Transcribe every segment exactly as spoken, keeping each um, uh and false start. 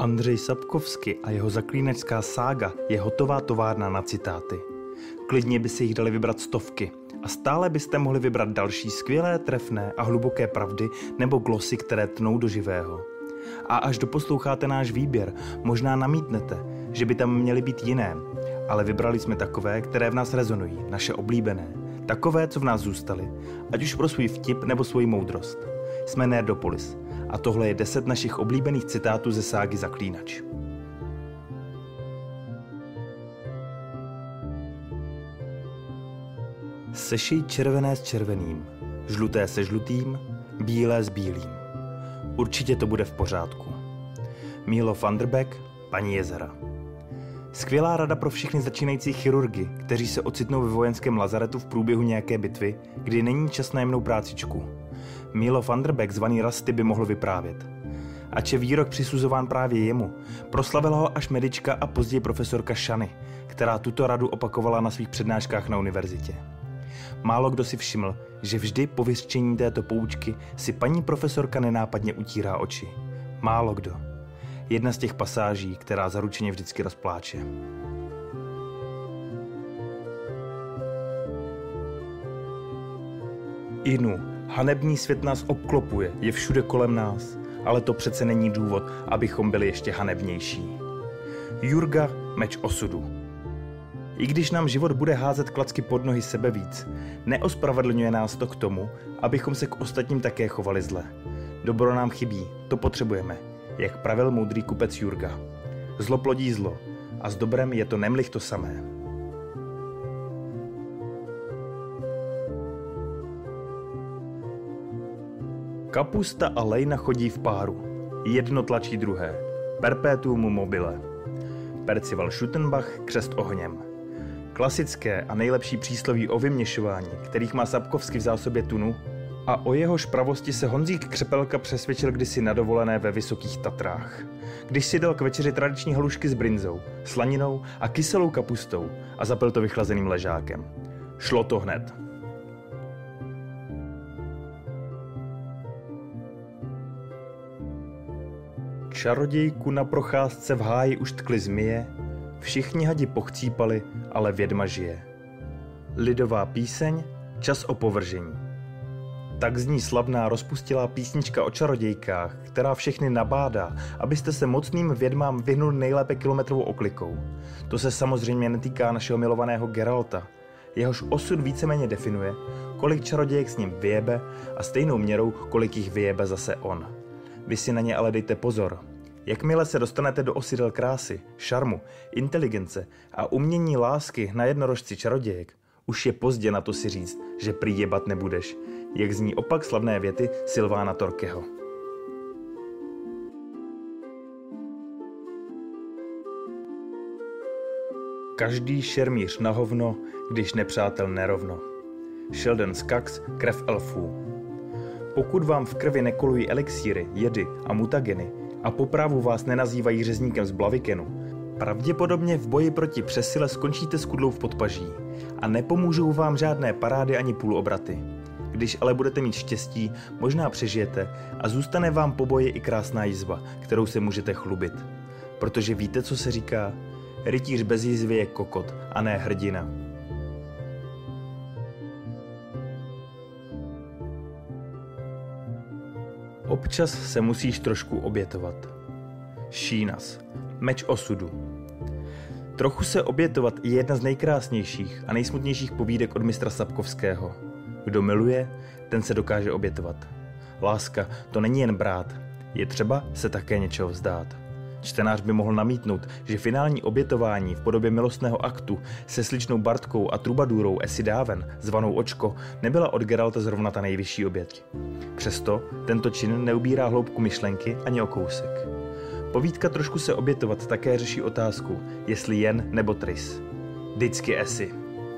Andřej Sapkovsky a jeho zaklínačská sága je hotová továrna na citáty. Klidně by si jich dali vybrat stovky a stále byste mohli vybrat další skvělé, trefné a hluboké pravdy nebo glosy, které tnou do živého. A až doposloucháte náš výběr, možná namítnete, že by tam měly být jiné, ale vybrali jsme takové, které v nás rezonují, naše oblíbené, takové, co v nás zůstaly, ať už pro svůj vtip nebo svoji moudrost. Jsme Nerdopolis a tohle je deset našich oblíbených citátů ze ságy Zaklínač. Sešij červené s červeným, žluté se žlutým, bílé s bílým. Určitě to bude v pořádku. Mílo van der Beek, Paní jezera. Skvělá rada pro všechny začínající chirurgy, kteří se ocitnou ve vojenském lazaretu v průběhu nějaké bitvy, kdy není čas na jemnou prácičku. Mílo van der Beek zvaný Rusty by mohl vyprávět. Ač je výrok přisuzován právě jemu, proslavila ho až medička a později profesorka Shany, která tuto radu opakovala na svých přednáškách na univerzitě. Málo kdo si všiml, že vždy po vyřčení této poučky si paní profesorka nenápadně utírá oči. Málo kdo. Jedna z těch pasáží, která zaručeně vždycky rozpláče. Inu, hanebný svět nás obklopuje, je všude kolem nás, ale to přece není důvod, abychom byli ještě hanebnější. Jurga, meč osudu. I když nám život bude házet klacky pod nohy sebevíc, neospravedlňuje nás to k tomu, abychom se k ostatním také chovali zle. Dobro nám chybí, to potřebujeme, jak pravil moudrý kupec Jurga. Zlo plodí zlo a s dobrem je to nemlich to samé. Kapusta a lejna chodí v páru. Jedno tlačí druhé. Perpetuum mobile. Percival Schuttenbach, Křest ohněm. Klasické a nejlepší přísloví o vyměšování, kterých má Sapkovsky v zásobě tunu, a o jehož pravosti se Honzík Křepelka přesvědčil kdysi na dovolené ve Vysokých Tatrách. Když si dal k večeři tradiční halušky s brinzou, slaninou a kyselou kapustou a zapil to vychlazeným ležákem. Šlo to hned. Čarodějku na procházce v háji už tkly zmije, všichni hadi pochcípali, ale vědma žije. Lidová píseň, čas opovržení. Tak zní slavná rozpustilá písnička o čarodějkách, která všechny nabádá, abyste se mocným vědmám vyhnuli nejlépe kilometrovou oklikou. To se samozřejmě netýká našeho milovaného Geralta. Jehož osud víceméně definuje, kolik čarodějek s ním vyjebe a stejnou měrou, kolik jich vyjebe zase on. Vy si na ně ale dejte pozor. Jakmile se dostanete do osidel krásy, šarmu, inteligence a umění lásky na jednorožci čarodějek, už je pozdě na to si říct, že prý jebat nebudeš, jak zní opak slavné věty Silvána Torkeho. Každý šermíř na hovno, když nepřátel nerovno. Sheldon Skax, Krev elfů. Pokud vám v krvi nekolují elixíry, jedy a mutageny a po právu vás nenazývají řezníkem z Blavikenu, pravděpodobně v boji proti přesile skončíte s kudlou v podpaží a nepomůžou vám žádné parády ani půlobraty. Když ale budete mít štěstí, možná přežijete a zůstane vám po boji i krásná jizva, kterou se můžete chlubit. Protože víte, co se říká? Rytíř bez jizvy je kokot a ne hrdina. Občas se musíš trošku obětovat. Šínas, meč osudu. Trochu se obětovat je jedna z nejkrásnějších a nejsmutnějších povídek od mistra Sapkovského. Kdo miluje, ten se dokáže obětovat. Láska, to není jen brát, je třeba se také něčeho vzdát. Čtenář by mohl namítnout, že finální obětování v podobě milostného aktu se sličnou Bartkou a trubadůrou Essi Daven, zvanou Očko, nebyla od Geralta zrovna ta nejvyšší oběť. Přesto tento čin neubírá hloubku myšlenky ani o kousek. Povídka Trošku se obětovat také řeší otázku, jestli jen nebo Tris. Vždycky Essi.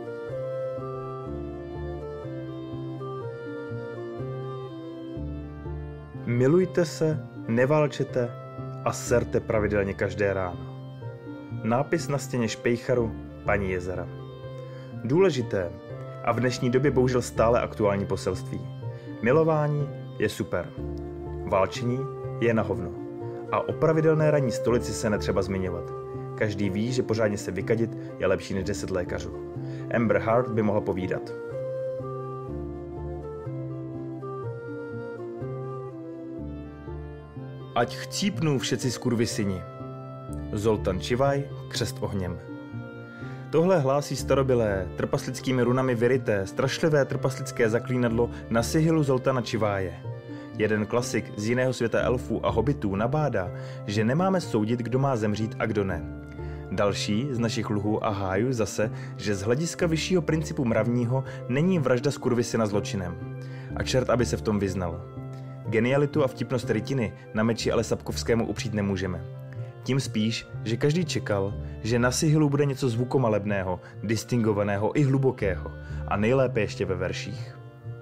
Milujte se, neválčete a serte pravidelně každé ráno. Nápis na stěně Špejcharu, Paní jezera. Důležité a v dnešní době bohužel stále aktuální poselství. Milování je super. Válčení je na hovno. A o pravidelné ranní stolici se netřeba zmiňovat. Každý ví, že pořádně se vykadit je lepší než deset lékařů. Amber Heard by mohla povídat. Ať chcípnou všetci skurvysyni. Zoltán Čivaj, Křest ohněm. Tohle hlásí starobylé, trpaslickými runami vyryté, strašlivé trpaslické zaklínadlo na sihilu Zoltána Čiváje. Jeden klasik z jiného světa elfů a hobitů nabádá, že nemáme soudit, kdo má zemřít a kdo ne. Další z našich luhů a hájů zase, že z hlediska vyššího principu mravního není vražda skurvysyna zločinem. A čert, aby se v tom vyznal. Genialitu a vtipnost rytiny na meči ale Sapkovskému upřít nemůžeme. Tím spíš, že každý čekal, že na sihilu bude něco zvukomalebného, distingovaného i hlubokého a nejlépe ještě ve verších.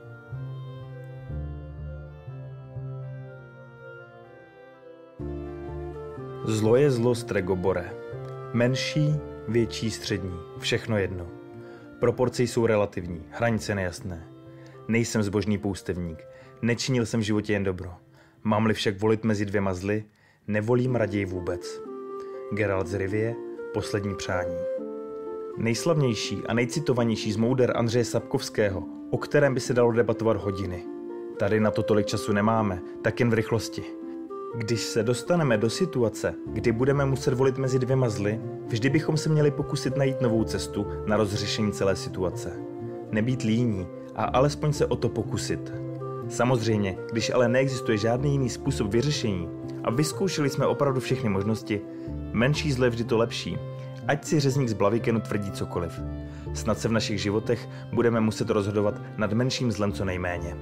Zlo je zlo Stregobore. Menší, větší, střední, všechno jedno. Proporce jsou relativní, hranice nejasné. Nejsem zbožný poustevník, nečinil jsem v životě jen dobro. Mám-li však volit mezi dvěma zly, nevolím raději vůbec. Geralt z Rivie, Poslední přání. Nejslavnější a nejcitovanější z mouder Andřeje Sapkovského, o kterém by se dalo debatovat hodiny. Tady na to tolik času nemáme, tak jen v rychlosti. Když se dostaneme do situace, kdy budeme muset volit mezi dvěma zly, vždy bychom se měli pokusit najít novou cestu na rozřešení celé situace. Nebýt líní a alespoň se o to pokusit. Samozřejmě, když ale neexistuje žádný jiný způsob vyřešení a vyzkoušeli jsme opravdu všechny možnosti, menší zlo je vždy to lepší, ať si řezník z Blavikenu tvrdí cokoliv. Snad se v našich životech budeme muset rozhodovat nad menším zlem co nejméně.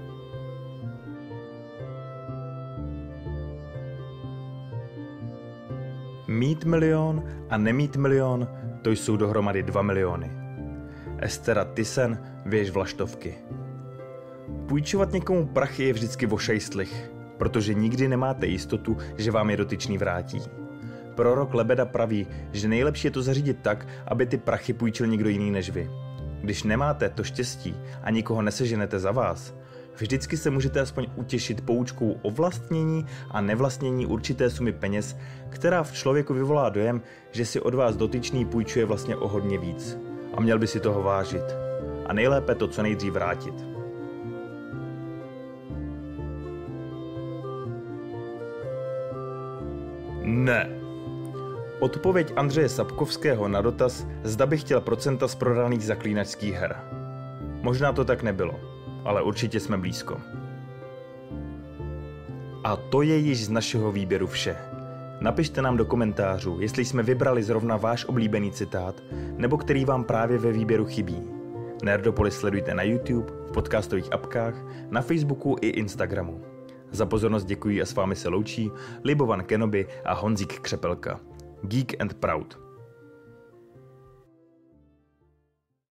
Mít milion a nemít milion, to jsou dohromady dva miliony. Estera Thyssen, Věž Vlaštovky. Půjčovat někomu prachy je vždycky vošajstlich, protože nikdy nemáte jistotu, že vám je dotyčný vrátí. Prorok Lebeda praví, že nejlepší je to zařídit tak, aby ty prachy půjčil někdo jiný než vy. Když nemáte to štěstí a nikoho neseženete za vás, vždycky se můžete aspoň utěšit poučkou o vlastnění a nevlastnění určité sumy peněz, která v člověku vyvolá dojem, že si od vás dotyčný půjčuje vlastně o hodně víc. A měl by si toho vážit. A nejlépe to co nejdřív vrátit. Ne. Odpověď Andřeje Sapkovského na dotaz, zda by chtěl procenta z prodaných zaklínačských her. Možná to tak nebylo, ale určitě jsme blízko. A to je již z našeho výběru vše. Napište nám do komentářů, jestli jsme vybrali zrovna váš oblíbený citát, nebo který vám právě ve výběru chybí. Nerdopolis sledujte na YouTube, v podcastových apkách, na Facebooku i Instagramu. Za pozornost děkuji a s vámi se loučí Libovan Kenobi a Honzík Křepelka. Geek and Proud.